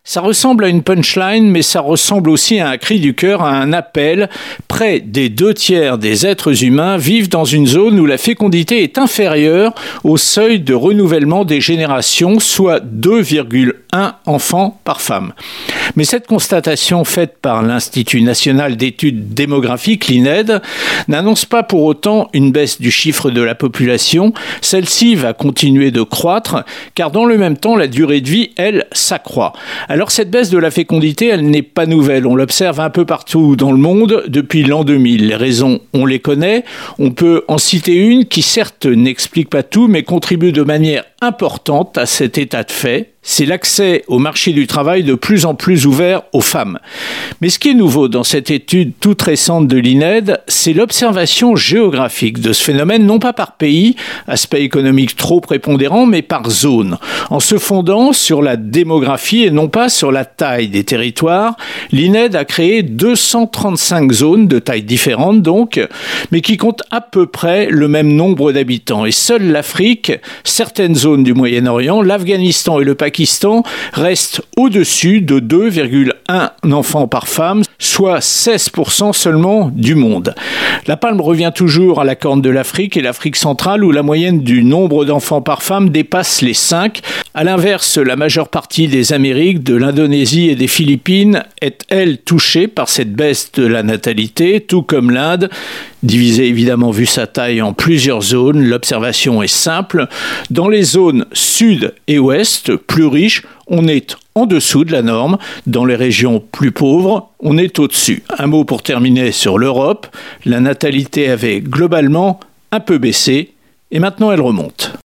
Ça ressemble à une punchline, mais ça ressemble aussi à un cri du cœur, à un appel. Près des 2/3 des êtres humains vivent dans une zone où la fécondité est inférieure au seuil de renouvellement des générations, soit 2,1 enfants par femme. Mais cette constatation faite par l'Institut national d'études démographiques, l'INED, n'annonce pas pour autant une baisse du chiffre de la population. Celle-ci va continuer de croître, car dans le même temps, la durée de vie, elle, s'accroît. Alors cette baisse de la fécondité, elle n'est pas nouvelle. On l'observe un peu partout dans le monde depuis l'an 2000. Les raisons, on les connaît. On peut en citer une qui certes n'explique pas tout, mais contribue de manière importante à cet état de fait. C'est l'accès au marché du travail de plus en plus ouvert aux femmes. Mais ce qui est nouveau dans cette étude toute récente de l'INED, c'est l'observation géographique de ce phénomène, non pas par pays, aspect économique trop prépondérant, mais par zone. En se fondant sur la démographie et non pas sur la taille des territoires, l'INED a créé 235 zones de tailles différentes donc, mais qui comptent à peu près le même nombre d'habitants. Et seule l'Afrique, certaines zones du Moyen-Orient, l'Afghanistan et le Pakistan restent au-dessus de 2,1 enfants par femme, soit 16% seulement du monde. La palme revient toujours à la corne de l'Afrique et l'Afrique centrale où la moyenne du nombre d'enfants par femme dépasse les 5. À l'inverse, la majeure partie des Amériques, de l'Indonésie et des Philippines est, elle, touchée par cette baisse de la natalité, tout comme l'Inde, divisée évidemment vu sa taille en plusieurs zones. L'observation est simple. Dans les zones sud et ouest, plus riches, on est en dessous de la norme. Dans les régions plus pauvres, on est au-dessus. Un mot pour terminer sur l'Europe. La natalité avait globalement un peu baissé et maintenant elle remonte.